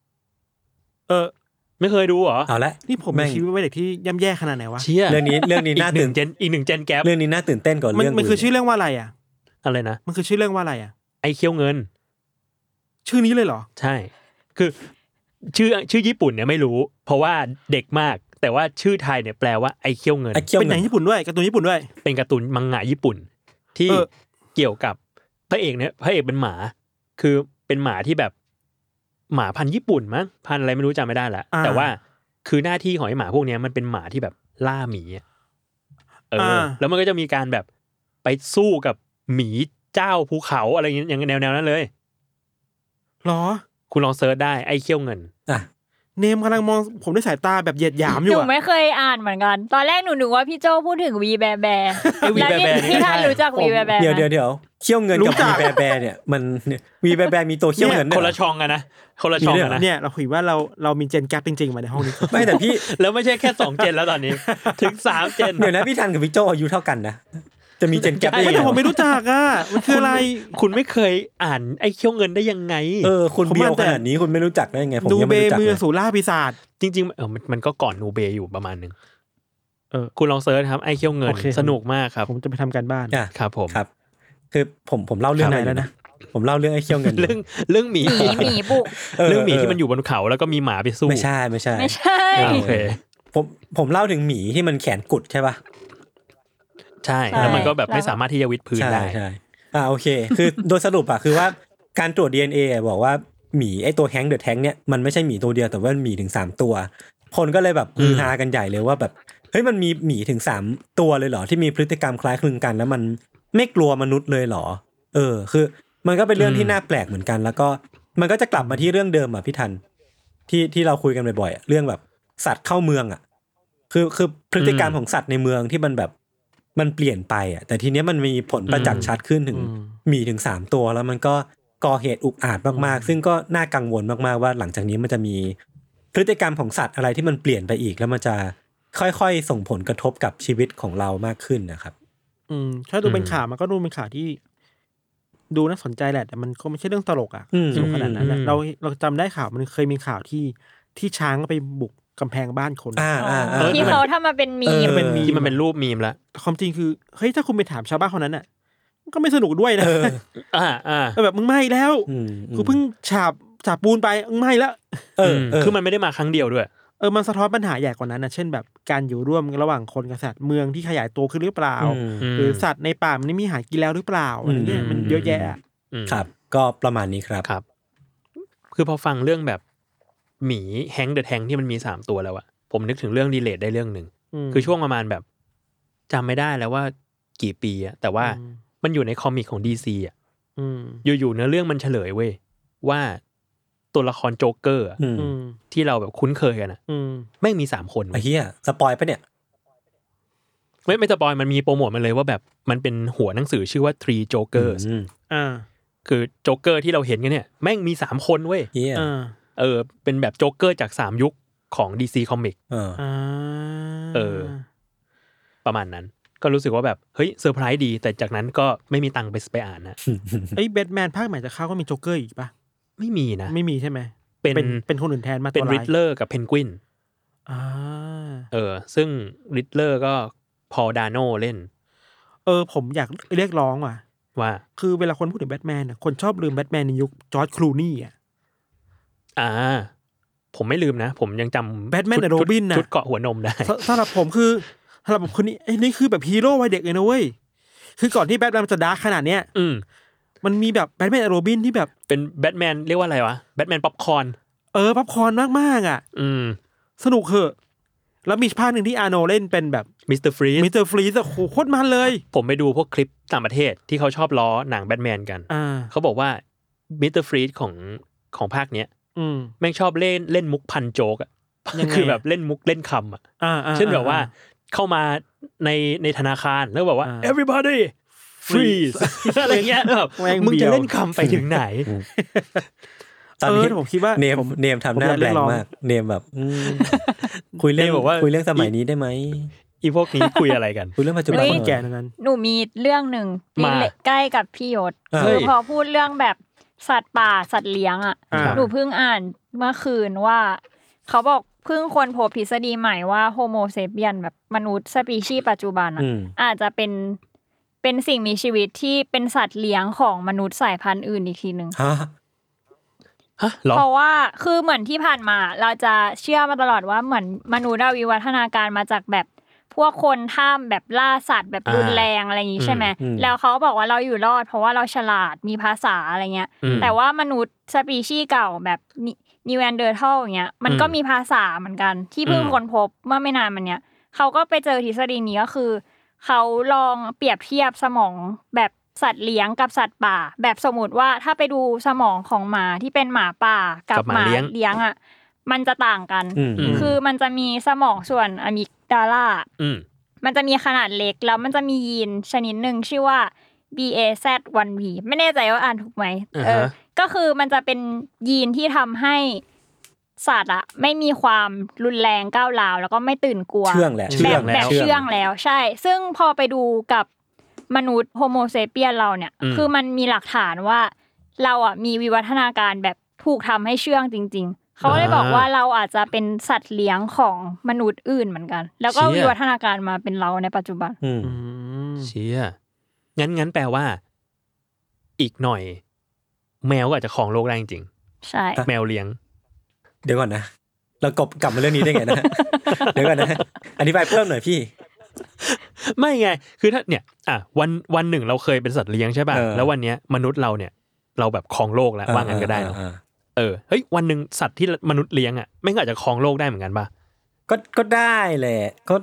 ไม่เคยดูเหรอเอาละนี่ผมมีชีวิตวัยเด็กที่ย่ำแย่ขนาดไหนวะเรื่องนี้น่าตื่นอีกหนึ่งเจนแก๊ปเรื่องนี้น่าตื่นเต้นกว่าเรื่องมันคือชื่อเรื่องว่าอะไรอ่ะอะไรนะมันคือชื่อเรื่องว่าอะไรอ่ะไอ้เขี้ยวเงินชื่อนี้เลยเหรอใช่คือชื่อญี่ปุ่นเนี่ยไม่รู้เพราะว่าเด็กมากแต่ว่าชื่อไทยเนี่ยแปลว่าไอ้เขี้ยวเงินเป็นหนังญี่ปุ่นด้วยการ์ตูนญี่ปุ่นด้วยเป็นการ์ตูนมังงะญี่ปุ่นที่เกี่ยวกับพระเอกเนี่ยพระเอกเป็นหมาคือเป็นหมาที่แบบหมาพันธุ์ญี่ปุ่นมั้งพันธุ์อะไรไม่รู้จำไม่ได้แล้วแต่ว่าคือหน้าที่ของไอ้หมาพวกนี้มันเป็นหมาที่แบบล่าหมีแล้วมันก็จะมีการแบบไปสู้กับหมีเจ้าภูเขาอะไรอย่างแนวนั้นเลยหรอคุณลองเซิร์ชได้ไอ้เขี้ยวเงินเนมกำลังมองผมด้วยสายตาแบบเหยียดหยามอยู่หนูไม่เคยอ่านเหมือนกันตอนแรกหนูนึกว่าพี่โจพูดถึงวีแบร์แบร์แล้วพี่ท่านรู้จักวีแบร์แบร์เดี๋ยวเขี้ยวเงินกับวีแบร์แบร์เนี่ยมันวีแบร์แบร์มีตัวเขี้ยวเงินคนละช่องกันนะคนละช่องกันนะเนี่ยเราคุยว่าเรามีเจนแก๊ปจริงๆมาในห้องนี้ไม่แต่พี่แล้วไม่ใช่แค่2เจนแล้วตอนนี้ถึง3เจนเดี๋ยวนะพี่ทันกับพี่โจอายุเท่ากันนะจะมีเจนแก๊ปได้ยังไงผมไม่รู้จักอ่ะมันคืออะไรคุณไม่เคยอ่านไอ้เขี้ยวเงินได้ยังไงคุณเบียวขนาดนี้คุณไม่รู้จักได้ยังไงผมยังไม่รู้จักดูเบมือสู่ล่าปีศาจจริงๆมันก็ก่อนนูเบอยู่ประมาณนึงคุณลองเซิร์ชครับไอ้เขี้ยวเงินสนุกมากครับผมจะไปทำการบ้านครับผมครับคือผมเล่าเรื่องไหนแล้วนะผมเล่าเรื่องไอ้เขี้ยวเงินเรื่องหมีบุกเรื่องหมีที่มันอยู่บนเขาแล้วก็มีหมาไปสู้ไม่ใช่โอเคผมเล่าถึงหมีที่มันแขนกุดใช่ป่ะใช่แล้วมันก็แบบไม่สามารถที่จะวิดพื้นได้ใช่โอเคคือโดยสรุปคือว่าการตรวจ DNA บอกว่าหมีไอ้ตัวแฮงค์เดอะแทงค์เนี่ยมันไม่ใช่หมีตัวเดียวแต่ว่าหมีถึง3ตัวคนก็เลยแบบฮือฮากันใหญ่เลยว่าแบบเฮ้ยมันมีหมีถึง3ตัวเลยเหรอที่มีพฤติกรรมคล้ายคลึงกันแล้วมันไม่กลัวมนุษย์เลยเหรอคือมันก็เป็นเรื่องที่น่าแปลกเหมือนกันแล้วก็มันก็จะกลับมาที่เรื่องเดิมพี่ทันที่เราคุยกันบ่อยๆเรื่องแบบสัตว์เข้าเมืองคือพฤติกรรมของสัตว์ในเมืองที่มันแบบมันเปลี่ยนไปแต่ทีเนี้ยมันมีผลประจักษ์ชัดขึ้นถึงมีถึง3ตัวแล้วมันก็ก่อเหตุอุกอาจมากๆซึ่งก็น่ากังวลมากๆว่าหลังจากนี้มันจะมีพฤติกรรมของสัตว์อะไรที่มันเปลี่ยนไปอีกแล้วมันจะค่อยๆส่งผลกระทบกับชีวิตของเรามากขึ้นนะครับถ้าดูเป็นข่าวมันก็ดูเป็นข่าวที่ดูน่าสนใจแหละแต่มันก็ไม่ใช่เรื่องตลกสูงขนาดนั้นเราจำได้ข่าวมันเคยมีข่าวที่ช้างไปบุกกำแพงบ้านคนที่เขาทำมาเป็นมีมที่มันเป็นรูปมีมละความจริงคือเฮ้ยถ้าคุณไปถามชาวบ้านคนนั้นน่ะก็ไม่สนุกด้วยนะแบบมึงไม่แล้วกูเพิ่งฉาบปูนไปมึงไม่แล้วคือมันไม่ได้มาครั้งเดียวด้วยมันสะท้อนปัญหาใหญ่กว่านั้นนะเช่นแบบการอยู่ร่วมระหว่างคนกับสัตว์เมืองที่ขยายตัวขึ้นหรือเปล่าหรือสัตว์ในป่ามันไม่มีอาหารกินแล้วหรือเปล่าอะไรเงี้ยมันเยอะแยะครับก็ประมาณนี้ครับครับคือพอฟังเรื่องแบบหมีแฮงค์เดอะแทงที่มันมี3ตัวแล้วอะผมนึกถึงเรื่องรีเลทได้เรื่องนึงคือช่วงประมาณแบบจำไม่ได้แล้วว่ากี่ปีอะแต่ว่ามันอยู่ในคอมิกของ DC อ่ะอยู่ๆเนื้อเรื่องมันเฉลยเว้ยว่าตัวละครโจ๊กเกอร์ที่เราแบบคุ้นเคยกันอ่ะแม่งมี3คนไอ้เหี้ยสปอยล์ปะเนี่ยไม่สปอยล์มันมีโปรโมทมาเลยว่าแบบมันเป็นหัวหนังสือชื่อว่า Three Jokers คือโจ๊กเกอร์ที่เราเห็นกันเนี่ยแม่งมี3คนเว้ยเป็นแบบโจ๊กเกอร์จาก3ยุคของ DC Comic ประมาณนั้นก็รู้สึกว่าแบบเฮ้ยเซอร์ไพรส์ดีแต่จากนั้นก็ไม่มีตังค์ไปอ่านนะแบทแมนภาคใหม่จะเข้าก็มีโจ๊กเกอร์อีกปะไม่มีนะไม่มีใช่ไหมเป็นคนอื่นแทนมาเป็นริดเลอร์กับเพนกวินซึ่งริดเลอร์ก็พอลดาโนเล่นผมอยากเรียกร้องว่าคือเวลาคนพูดถึงแบทแมนคนชอบลืมแบทแมนในยุคจอร์จคลูนี่ผมไม่ลืมนะผมยังจำแบทแมนกับโรบินชุดเกาะหัวนมได้สำหรับผมคนนี้นี่คือแบบฮีโร่วัยเด็กเลยนะเว้ยคือก่อนที่แบทแมนจะดาร์กขนาดเนี้ยมันมีแบบแบทแมนกับโรบินที่แบบเป็นแบทแมนเรียกว่าอะไรวะแบทแมนป๊อปคอร์นป๊อปคอร์นมากๆสนุกเหอะแล้วมีภาคหนึ่งที่อาร์โนเล่นเป็นแบบมิสเตอร์ฟรีสโคตรมันเลยผมไปดูพวกคลิปต่างประเทศที่เขาชอบล้อหนังแบทแมนกันเขาบอกว่ามิสเตอร์ฟรีของภาคเนี้ยแม่งชอบเล่นมุกพันโจ๊กอ่ะคือแบบเล่นมุกเล่นคำอ่ะเช่นแบบว่าเข้ามาในธนาคารแล้วบอกว่า everybody freeze อะไรเงี้ยแบบมึงจะเล่นคำไปถึงไหนตอนนี้ผมคิดว่าเนมทำหน้าแรงมากเนมแบบคุยเรื่องสมัยนี้ได้ไหมอีพวกนี้คุยอะไรกันคุยเรื่องปัจจุบันแก่นั้นหนูมีเรื่องหนึ่งที่ใกล้กับพี่ยศคือพอพูดเรื่องแบบสัตว์ป่าสัตว์เลี้ยงอ่ะหนูเพิ่งอ่านเมื่อคืนว่าเขาบอกเพิ่งคนพบทฤษฎีใหม่ว่าโฮโมเซเปียนแบบมนุษย์สปีชีส์ปัจจุบันอาจจะเป็นสิ่งมีชีวิตที่เป็นสัตว์เลี้ยงของมนุษย์สายพันธุ์อื่นอีกทีนึงเพราะว่าคือเหมือนที่ผ่านมาเราจะเชื่อมาตลอดว่าเหมือนมนุษย์วิวัฒนาการมาจากแบบพวกคนท่ามแบบล่าสัตว์แบบรุนแรงอะไรอย่างนี้ใช่ไหมแล้วเขาบอกว่าเราอยู่รอดเพราะว่าเราฉลาดมีภาษาอะไรเงี้ยแต่ว่ามนุษย์สปีชีส์เก่าแบบนิวแอนเดอร์ทัลอย่างเงี้ยมันก็มีภาษาเหมือนกันที่เพิ่งค้นพบเมื่อไม่นานมาเนี้ยเขาก็ไปเจอทฤษฎีนี้ก็คือเขาลองเปรียบเทียบสมองแบบสัตว์เลี้ยงกับสัตว์ป่าแบบสมมติว่าถ้าไปดูสมองของหมาที่เป็นหมาป่ากับหมาเลี้ยงอ่ะมันจะต่างกันคือมันจะมีสมองส่วนอะมิกดาลามันจะมีขนาดเล็กแล้วมันจะมียีนชนิดหนึ่งชื่อว่า BAZ1V ไม่แน่ใจว่าอ่านถูกไหมก็คือมันจะเป็นยีนที่ทำให้สัตว์อะไม่มีความรุนแรงก้าวร้าวแล้วก็ไม่ตื่นกลัวแบบเชื่องแล้วใช่ซึ่งพอไปดูกับมนุษย์โฮโมเซเปียนเราเนี่ยคือมันมีหลักฐานว่าเราอ่ะมีวิวัฒนาการแบบถูกทำให้เชื่องจริงๆเขาเลยบอกว่าเราอาจจะเป็นสัตว์เลี้ยงของมนุษย์อื่นเหมือนกันแล้วก็วิวัฒนาการมาเป็นเราในปัจจุบันเชี่ยงั้นแปลว่าอีกหน่อยแมวก็อาจจะครองโลกได้จริงใช่แมวเลี้ยงเดี๋ยวก่อนนะเรากลับมาเรื่องนี้ได้ไงนะเดี๋ยวก่อนนะอธิบายเพิ่มหน่อยพี่ไม่ไงคือถ้าเนี่ยวันหนึ่งเราเคยเป็นสัตว์เลี้ยงใช่ป่ะแล้ววันนี้มนุษย์เราเนี่ยเราแบบครองโลกแล้วว่างั้นก็ได้เนาะเฮ้ยวันหนึ่งสัตว์ที่มนุษย์เลี้ยงอ่ะไม่อาจจะครองโลกได้เหมือนกันป่ะก็ได้แหละก็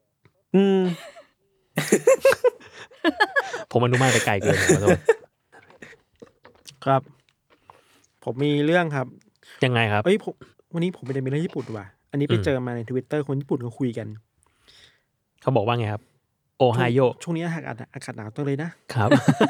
ผมอนุมาตไปไกลเกินขอโทษครับผมมีเรื่องครับยังไงครับวันนี้ผมไปเรียนเรื่องญี่ปุ่นว่ะอันนี้ไปเจอมาใน Twitter คนญี่ปุ่นเขาคุยกันเขาบอกว่าไงครับโอไฮโอช่วงนี้อากาศหนาวตัวเลยนะครับ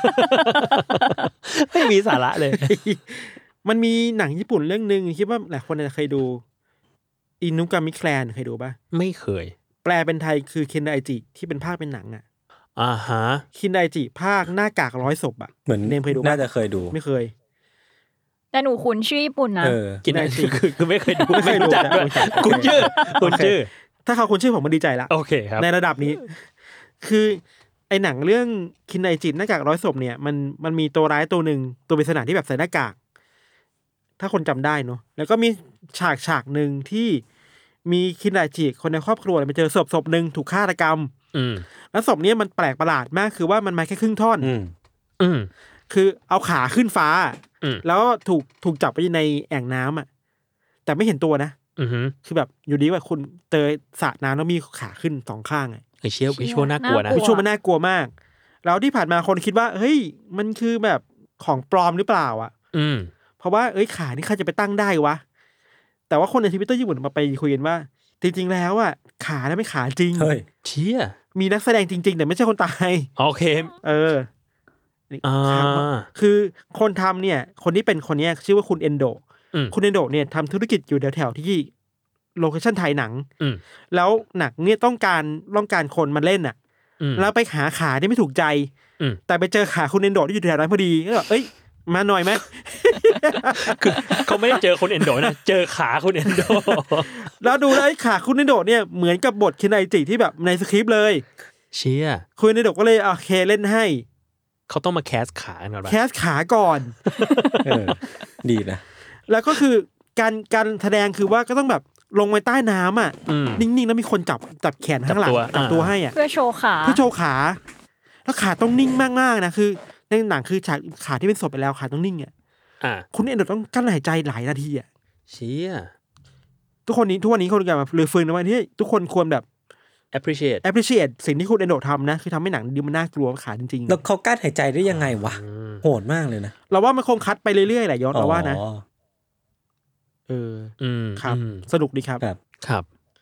ไม่มีสาระเลยมันมีหนังญี่ปุ่นเรื่องนึงคิดว่าหลายคนจะเคยดูอินุกามิแคลนเคยดูป่ะไม่เคยแปลเป็นไทยคือเคนไดจิที่เป็นภาคเป็นหนังอ่ะฮะเคนไดจิภาคหน้ากาก100ศพอ่ะเหมือนเนมเคยดูน่าจะเคยดูไม่เคยแต่หนูคุ้นชื่อญี่ปุ่นนะเคนไดจิคือไม่เคยดูไม่รู้จักด้วยคุ้นชื่อถ้าเขาคุ้นชื่อผมมันดีใจละโอเคครับในระดับนี้คือไอหนังเรื่องคินไดจิหน้ากาก100ศพเนี่ยมันมีตัวร้ายตัวหนึ่งตัวปริศนาที่แบบใส่หน้ากากถ้าคนจำได้เนาะแล้วก็มีฉากหนึ่งที่มีคินไดจิคนในครอบครัวไปเจอศพนึงถูกฆาตกรรมแล้วศพนี้มันแปลกประหลาดมากคือว่ามันมาแค่ครึ่งท่อนคือเอาขาขึ้นฟ้าแล้วถูกจับไปในแอ่งน้ำอ่ะแต่ไม่เห็นตัวนะคือแบบอยู่ดีว่าคุณเจอสระน้ำแล้วมีขาขึ้นสองข้างไอ้เชี่ยววิชวลน่ากลัวนะวิชวลมันน่ากลัวมากแล้วที่ผ่านมาคนคิดว่าเฮ้ยมันคือแบบของปลอมหรือเปล่าอ่ะเพราะว่าขานี่ใครจะไปตั้งได้วะแต่ว่าคนในทวิตเตอร์ญี่ปุ่นมาไปคุยกันว่าจริงๆแล้วอ่ะขานั้นไม่ขาจริงเฮ้ยเชี่ยมีนักแสดงจริงๆแต่ไม่ใช่คนตายโอเคคือคนทำเนี่ยคนที่เป็นคนนี้ชื่อว่าคุณเอนโดคุณเอนโดเนี่ยทำธุรกิจอยู่แถวๆที่โลเคชั่นถ่ายหนังแล้วหนังเนี่ยต้องการคนมาเล่นอ่ะแล้วไปหาขาที่ไม่ถูกใจแต่ไปเจอขาคุณเอนโดที่อยู่แถวนั้นพอดีก็เอ้ยมาหน่อยไหมคือเขาไม่ได้เจอคุณเอนโดนะเจอขาคุณเอนโดแล้วดูแล้วขาคุณเอนโดเนี่ยเหมือนกับบทคินไดจิที่แบบในสคริปต์เลยเชี่ยคุณเอนโดก็เลยโอเคเล่นให้เขาต้องมาแคสขาก่อนป่ะแคสขาก่อนดีนะแล้วก็คือการแสดงคือว่าก็ต้องแบบลงไปใต้น้ำอ่ะนิ่งๆแล้วมีคนจับแขนข้างหลังจับตัวให้อ่ะเพื่อโชว์ขาแล้วขาต้องนิ่งมากๆนะคือในหนังคือฉากขาที่เป็นศพไปแล้วขาต้องนิ่งอ่ะคุณเอ็นโดต้องกั้นหายใจหลายนาทีอ่ะเชี่ยทุกวันนี้คนแบบเลือฟื้นนะว่าที่ทุกคนควรแบบ appreciate สิ่งที่คุณเอ็นโดทำนะคือทำให้หนังดูมันน่ากลัวขาจริงๆแล้วเขากั้นหายใจได้ยังไงวะโหดมากเลยนะเราว่ามันคงคัดไปเรื่อยๆแหละยศเราว่านะครับสนุกดีครับครับ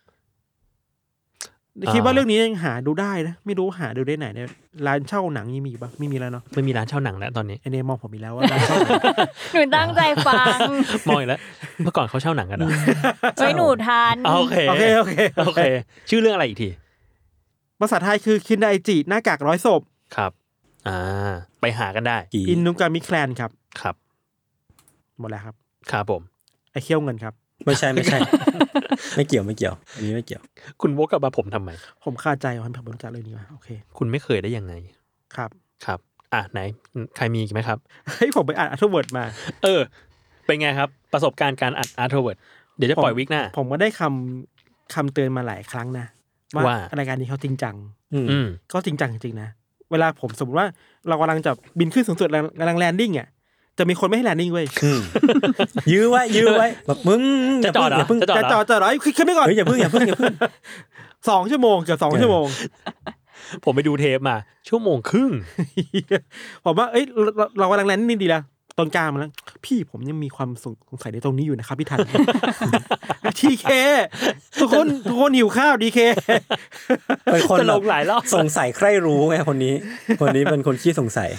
คิดว่าเรื่องนี้ยังหาดูได้นะไม่รู้หาดูได้ไหนเนี่ยร้านเช่าหนังยังมีป่ะไม่มีแล้วเนาะไม่มีร้านเช่าหนังแล้วตอนนี้ไอเนมองผมมีแล้วว่าร้านเช่าหนูตั้งใจฟังมองอีกแล้วเมื่อก่อนเขาเช่าหนังกันเหรอเฮ้ยหนูทานโอเคชื่อเรื่องอะไรอีกทีภาษาไทยคือคินไดจิหน้ากากร้อยศพครับไปหากันได้อินนุกามิแคลนครับครับหมดแล้วครับครับผมไอเขี้ยวเงินครับไม่ใช่ไม่เกี่ยวอันนี้ไม่เกี่ยวคุณวกกลับมาผมทำไมผมคาใจว่าผมรู้จักเรื่องนี้มาโอเคคุณไม่เคยได้ยังไงครับไหนใครมีอีกไหมครับผมไปอ่านอาร์ทเวิร์ดมาเป็นไงครับประสบการณ์การอ่านอาร์ทเวิร์ดเดี๋ยวจะปล่อยวิกหน้าผมก็ได้คำเตือนมาหลายครั้งนะว่ารายการนี้เขาจริงจังก็จริงจังจริงๆนะเวลาผมสมมติว่าเรากำลังจะบินขึ้นสูงสุดกำลังแลนดิ้งอ่ะจะมีคนไม่ให้แลนดิ้งเว้ยยื้อไว้แบบมึงจะจอดเหรอจะจอดขึ้นไม่ก่อนอย่าเพิ่ง 2 ชั่วโมงเกือบ2 ชั่วโมงผมไปดูเทปมาชั่วโมงครึ่งผมว่าเรากำลังแลนดิ้งดีแล้วต้นกลางมาแล้วพี่ผมยังมีความสงสัยในตรงนี้อยู่นะครับพี่ทันทีเคทุกคนหิวข้าวดีเคเป็นคนลงหลายรอบสงสัยใครรู้ไงคนนี้เป็นคนขี้สงสัย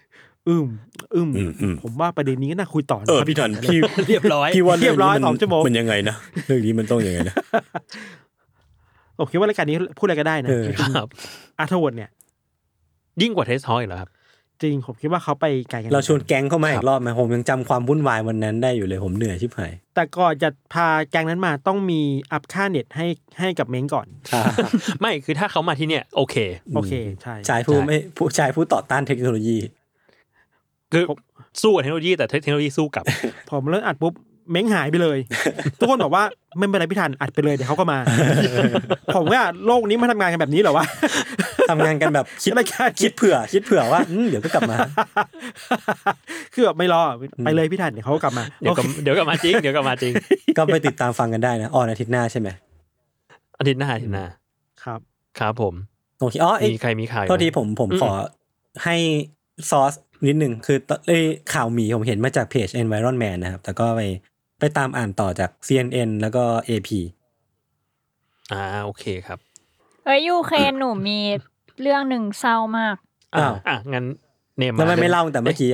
ผมว่าประเด็นนี้ก็น่าคุยต่อนะพี่ทันพี่เรียบร้อยพี่ว่าเรียบร้อย2 ชั่วโมงมันยังไงนะเรื่องนี้มันต้องยังไงนะผมคิดว่ารายการนี้พูดอะไรก็ได้นะครับอาร์ทเวิร์ดเนี่ยยิ่งกว่าเทสทอล์กอีกแล้วครับจริงผมคิดว่าเขาไปไกลกันเราชวนแก๊งเข้ามาอีกรอบมั้ยผมยังจำความวุ่นวายวันนั้นได้อยู่เลยผมเหนื่อยชิบหายแต่ก่อนจะพาแก๊งนั้นมาต้องมีอัพค่าเน็ตให้กับเม้งก่อนไม่คือถ้าเขามาที่เนี่ยโอเคใช่ชายผู้ต่อต้านเทคโนโลยีคือสู้กับเทคโนโลยีแต่เทคโนโลยีสู้กับผมเริ่มอัดปุ๊บเม้งหายไปเลยทุกคนบอกว่าไม่เป็นไรพี่ทันอัดไปเลยเดี๋ยวเขาก็มาผมว่าโลกนี้มาทำงานกันแบบนี้เหรอวะทำงานกันแบบคิดเผื่อว่าเดี๋ยวก็กลับมาคือแบบไม่รอไปเลยพี่ทันเดี๋ยวเขาก็กลับมาเดี๋ยวกลับมาจริงก็ไปติดตามฟังกันได้นะอาทิตย์หน้าใช่ไหมอาทิตย์หน้าครับผมโอเคมีใครมีข่าวโทษทีผมขอให้ซอสนิดนึงคือข่าวหมีผมเห็นมาจากเพจ Environment นะครับแต่ก็ไปตามอ่านต่อจาก CNN แล้วก็ AP โอเคครับยูเครนหนูมีเรื่องนึงเศร้ามากงั้นเนมแล้วไม่เล่าแต่เมื่อกี้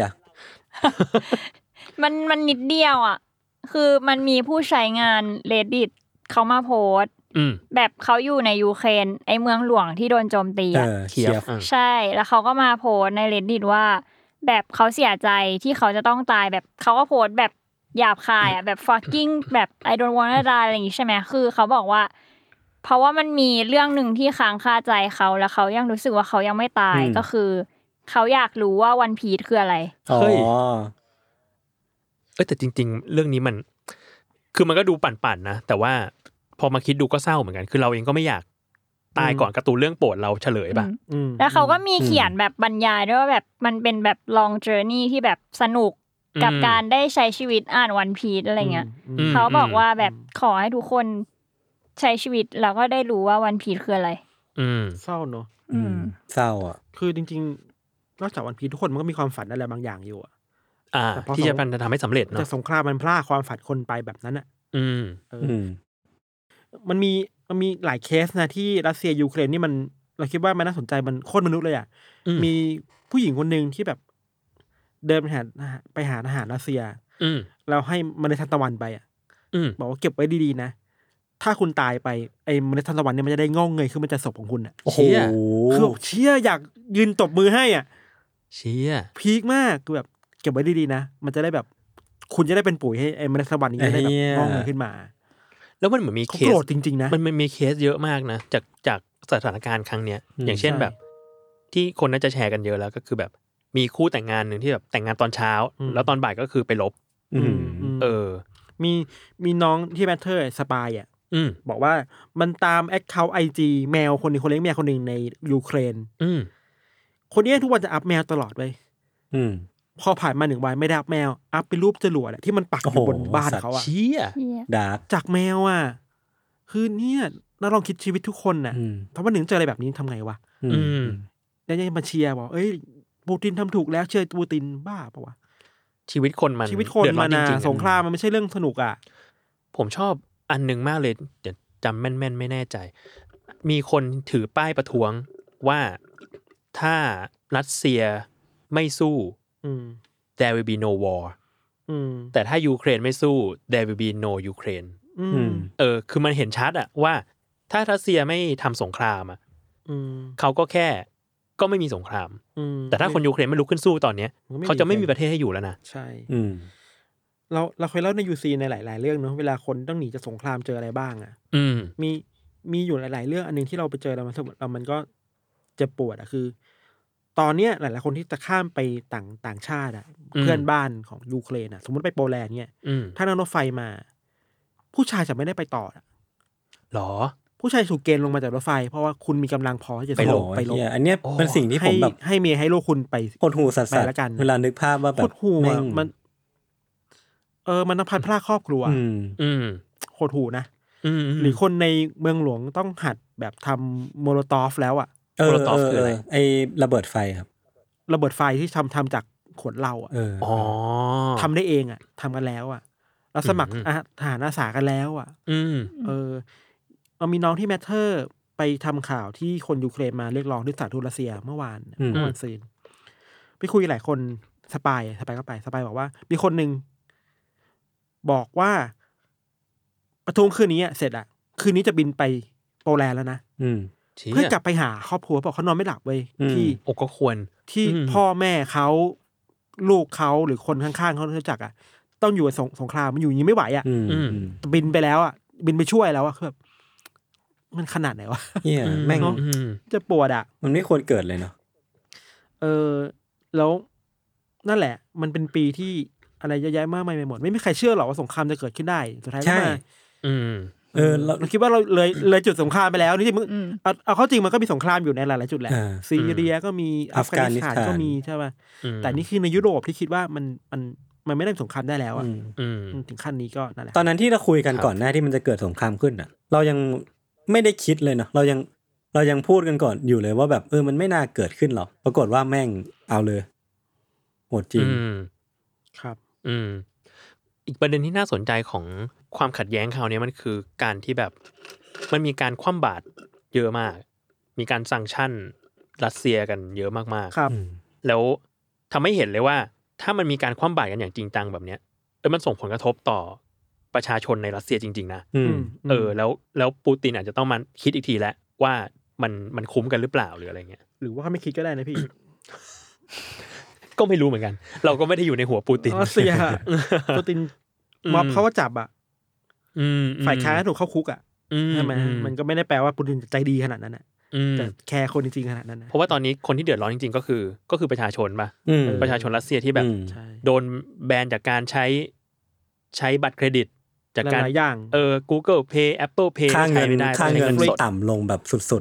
มันนิดเดียวคือมันมีผู้ใช้งาน Reddit เขามาโพสต์แบบเขาอยู่ในยูเครนไอเมืองหลวงที่โดนโจมตีเคียฟใช่แล้วเขาก็มาโพสต์ใน Reddit ว่าแบบเขาเสียใจที่เขาจะต้องตายแบบเขาก็โพสต์แบบหยาบคายแบบ fucking แบบ I don't wanna die อะไรอย่างงี้ใช่ไหมคือเขาบอกว่าเพราะว่ามันมีเรื่องนึงที่ค้างคาใจเขาแล้วเขายังรู้สึกว่าเขายังไม่ตายก็คือเขาอยากรู้ว่าวันพีซคืออะไรเฮ้ยแต่จริงๆเรื่องนี้มันคือมันก็ดูปั่นๆนะแต่ว่าพอมาคิดดูก็เศร้าเหมือนกันคือเราเองก็ไม่อยากตายก่อนการ์ตูนเรื่องโปรดเราเฉลยป่ะแล้วเขาก็มีเขียนแบบบรรยายด้วยว่าแบบมันเป็นแบบ long journey ที่แบบสนุกกับการได้ใช้ชีวิตอ่าน One Piece อะไรเงี้ยเขาบอกว่าแบบขอให้ทุกคนใช้ชีวิตแล้วก็ได้รู้ว่า One Piece คืออะไรเศร้าเนอะเศร้าอ่ะคือจริงๆนอกจาก One Piece ทุกคนมันก็มีความฝันอะไรบางอย่างอยู่อ่ะที่จะทำให้สำเร็จเนาะแต่สงครามมันพลาดความฝันคนไปแบบนั้นอ่ะมันมีหลายเคสนะที่รัสเซียยูเครนนี่มันเราคิดว่ามันน่าสนใจมันโคตรมนุษย์เลยอ่ะมีผู้หญิงคนนึงที่แบบเดินไปหาทหารรัสเซียแล้วให้เมล็ดทานตะวันไปอ่ะบอกว่าเก็บไว้ดีๆนะถ้าคุณตายไปไอ้เมล็ดทานตะวันเนี่ยมันจะได้งอกเงยขึ้นมันจะศพของคุณอ่ะเชี่ยคือเชี่ยอยากยืนตบมือให้อ่ะเชี่ยพีคมากคือแบบเก็บไว้ดีๆนะมันจะได้แบบคุณจะได้เป็นปุ๋ยให้ไอ้เมล็ดทานตะวันนี้ได้แบบงอกเงยขึ้นมาแล้วมันเหมือนมีเคสโกรธจริงๆนะมันมีเคสเยอะมากนะจากสถานการณ์ครั้งเนี้ยอย่างเช่นแบบที่คนน่าจะแชร์กันเยอะแล้วก็คือแบบมีคู่แต่งงานหนึ่งที่แบบแต่งงานตอนเช้าแล้วตอนบ่ายก็คือไปลบมีน้องที่แมทเทอร์สปายอ่ะบอกว่ามันตามแอคเคาท์ IG แมวคนนึงคนเลี้ยงแมวคนนึงในยูเครนคนนี้ทุกวันจะอัพแมวตลอดเว้ยพอผ่านมา1 วันไม่ได้อัพแมวอัพเป็นรูปจรวดที่มันปักอยู่บนบ้านเขาอ่ะเชี่ยดาร์กจากแมวอ่ะคือเนี่ยเราลองคิดชีวิตทุกคนน่ะถ้าวันหนึ่งเจออะไรแบบนี้ทำไงวะแล้วยังมาเชียร์บอกเอ้ยปูตินทำถูกแล้วเชื่อปูตินบ้าปะวะชีวิตคนมันสงครามมันไม่ใช่เรื่องสนุกอ่ะผมชอบอันนึงมากเลยเดี๋ยวจำแม่นๆไม่แน่ใจมีคนถือป้ายประท้วงว่าถ้ารัสเซียไม่สู้there will be no war แต่ถ้ายูเครนไม่สู้ there will be no Ukraine คือมันเห็นชัดอะว่าถ้ารัสเซียไม่ทำสงครามอะเขาก็แค่ก็ไม่มีสงครามแต่ถ้าคนยูเครนไม่ลุกขึ้นสู้ตอนนี้เขาจะไม่มีประเทศให้อยู่แล้วนะใช่เราเคยเล่าใน UC ในหลายๆเรื่องเนาะเวลาคนต้องหนีจากสงครามเจออะไรบ้างอ่ะมีอยู่หลายๆเรื่องอันนึงที่เราไปเจอแล้วมันก็เจ็บปวดอ่ะคือตอนเนี้ยหลายๆคนที่จะข้ามไปต่างชาติอ่ะเพื่อนบ้านของยูเครนอ่ะสมมติไปโปแลนด์เนี่ยถ้านั่งรถไฟมาผู้ชายจะไม่ได้ไปต่อหรอผู้ชายถูกเกณฑ์ลงมาจากรถไฟเพราะว่าคุณมีกำลังพอที่จะไปลงอันเนี้ยเป็นสิ่งที่ผมแบบให้เมียให้ลูกคุณไปโคตรหูสัสๆแล้วกันเวลานึกภาพว่าแบบโคตรหูมันมันต้องพัดพลาดครอบครัวโคตรหูนะหรือคนในเมืองหลวงต้องหัดแบบทำโมโลตอฟแล้วอ่ะโมโลตอฟคืออะไรไอ้ระเบิดไฟครับระเบิดไฟที่ทำจากขวดเหล้าอ่ะทำได้เองอ่ะทำกันแล้วอ่ะแล้วสมัครทหารอาสากันแล้วอ่ะมีน้องที่แมทเทอร์ไปทำข่าวที่คนยูเครนมาเรียกร้องที่สถานทูตรัสเซียเมื่อวานซืนไปคุยหลายคนสปายก็ไปสปายบอกว่ามีคนหนึ่งบอกว่าประท้วงคืนนี้เสร็จอ่ะคืนนี้จะบินไปโปแลนด์แล้วนะเพื่อกลับไปหาครอบครัวบอกเขานอนไม่หลับเว้ยที่ก็ควรที่พ่อแม่เขาลูกเขาหรือคนข้างๆเขารู้จักอ่ะต้องอยู่สงครามมันอยู่อย่างนี้ไม่ไหวอ่ะบินไปแล้วอ่ะบินไปช่วยแล้วอ่ะแบบมันขนาดไหนวะแม่งจะปวดอ่ะมันไม่ควรเกิดเลยเนาะแล้วนั่นแหละมันเป็นปีที่อะไรเยอะแยะมากมายไปหมดไม่มีใครเชื่อหรอกว่าสงครามจะเกิดขึ้นได้สุดท้ายก็มาเราคิดว่าเราเลยจุดสงครามไปแล้วนี่มึงเอาเข้าจริงมันก็มีสงครามอยู่ในหลายๆจุดแหละซีเรียก็มีอัฟกานิสถานก็มีใช่ป่ะแต่นี่คือในยุโรปที่คิดว่ามันไม่ได้สงครามได้แล้วอ่ะถึงขั้นนี้ก็นั่นแหละตอนนั้นที่เราคุยกันก่อนหน้าที่มันจะเกิดสงครามขึ้นอ่ะเรายังไม่ได้คิดเลยเนาะเรายังพูดกันก่อนอยู่เลยว่าแบบมันไม่น่าเกิดขึ้นหรอกปรากฏว่าแม่งเอาเลยโหดจริงครับอีกประเด็นที่น่าสนใจของความขัดแย้งคราวนี้มันคือการที่แบบมันมีการคว่ำบาตรเยอะมากมีการซังชั่นรัสเซียกันเยอะมากๆครับแล้วทำให้เห็นเลยว่าถ้ามันมีการคว่ำบาตรกันอย่างจริงจังแบบเนี้ยมันส่งผลกระทบต่อประชาชนในรัสเซียจริงๆนะแล้วปูตินอาจจะต้องมาคิดอีกทีแล้วว่ามันคุ้มกันหรือเปล่าหรืออะไรเงี้ยหรือว่าเขาไม่คิดก็ได้นะพี่ก็ไม่รู้เหมือนกันเราก็ไม่ได้อยู่ในหัวปูตินรัสเซียปูตินม็อบเขาก็จับอ่ะฝ่ายค้านถูกเข้าคุกอ่ะใช่ไหมมันก็ไม่ได้แปลว่าปูตินใจดีขนาดนั้นอ่ะแต่แคร์คนจริงๆขนาดนั้นเพราะว่าตอนนี้คนที่เดือดร้อนจริงๆก็คือประชาชนป่ะประชาชนรัสเซียที่แบบโดนแบนจากการใช้บัตรเครดิตจากการหลายอย่าง Google Pay Apple Pay ค่าเงินไม่ได้ค่าเงินสดต่ำลงแบบสุด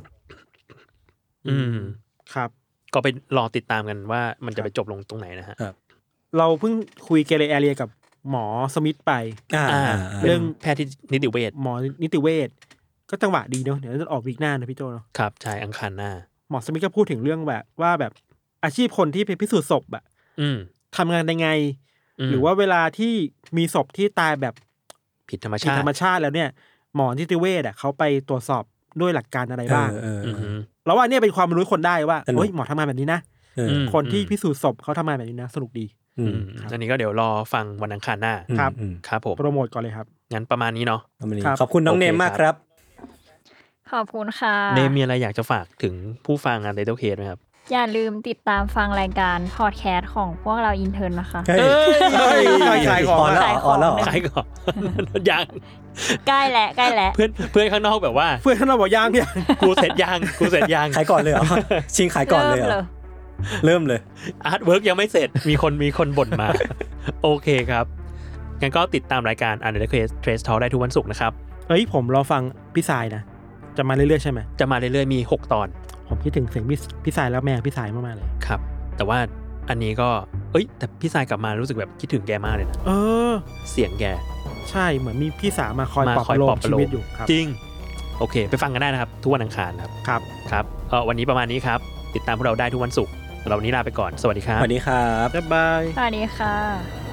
ครับก็ไปรอติดตามกันว่ามันจะไปจบลงตรงไหนนะฮะเราเพิ่งคุยเกเรแอเรียกับหมอสมิธไปเรื่องแพทย์นิติเวชหมอนิติเวชก็จังหวะดีเนาะเดี๋ยวจะออกวีคหน้านะพี่โจเนาะครับใช่อังคารหน้าหมอสมิธก็พูดถึงเรื่องแบบว่าแบบอาชีพคนที่ไปพิสูจน์ศพอะทำงานยังไงหรือว่าเวลาที่มีศพที่ตายแบบผิดธรรมชาติแล้วเนี่ยหมอนิติเวชอะเขาไปตรวจสอบด้วยหลักการอะไรบ้างแล้วว่าเนี่ยเป็นความรู้คนได้ว่าเฮ้ยหมอทำงานแบบนี้นะคนที่พิสูจน์ศพเขาทำงานแบบนี้นะสนุกดีอันนี้ก็เดี๋ยวรอฟังวันอังคารหน้าครับผมโปรโมทก่อนเลยครับงั้นประมาณนี้เนาะขอบคุณน้องเนมมากครับขอบคุณค่ะเนมมีอะไรอยากจะฝากถึงผู้ฟังงาน Title Case ไหมครับอย่าลืมติดตามฟังรายการพอดแคสต์ของพวกเราอินเทิร์นนะคะขายของขายก่อนยังใกล้แล้วเพื่อนข้างนอกแบบว่าเพื่อนข้างนอกบอกยังกูเสร็จยังขายก่อนเลยเหรอชิงขายก่อนเลยเหรอเริ่มเลยอาร์ตเวิร์กยังไม่เสร็จมีคนบ่นมาโอเคครับงั้นก็ติดตามรายการ Under the Trace Talk ได้ทุกวันศุกร์นะครับผมรอฟังพี่สายนะจะมาเรื่อยๆใช่ไหมจะมาเรื่อยๆมี6ตอนผมคิดถึงเสียงพี่สายแล้วแม่พี่สายมากๆเลยครับแต่ว่าอันนี้ก็แต่พี่สายกลับมารู้สึกแบบคิดถึงแกมากเลยนะเสียงแกใช่เหมือนมีพี่สาวมาคอยปลอบประโลมชีวิตอยู่ครับจริงโอเคไปฟังกันได้นะครับทุกวันอังคารครับวันนี้ประมาณนี้ครับติดตามพวกเราได้ทุกวันศุกร์เราวันนี้ลาไปก่อนสวัสดีครับสวัสดีครับบ๊ายบายสวัสดีค่ะ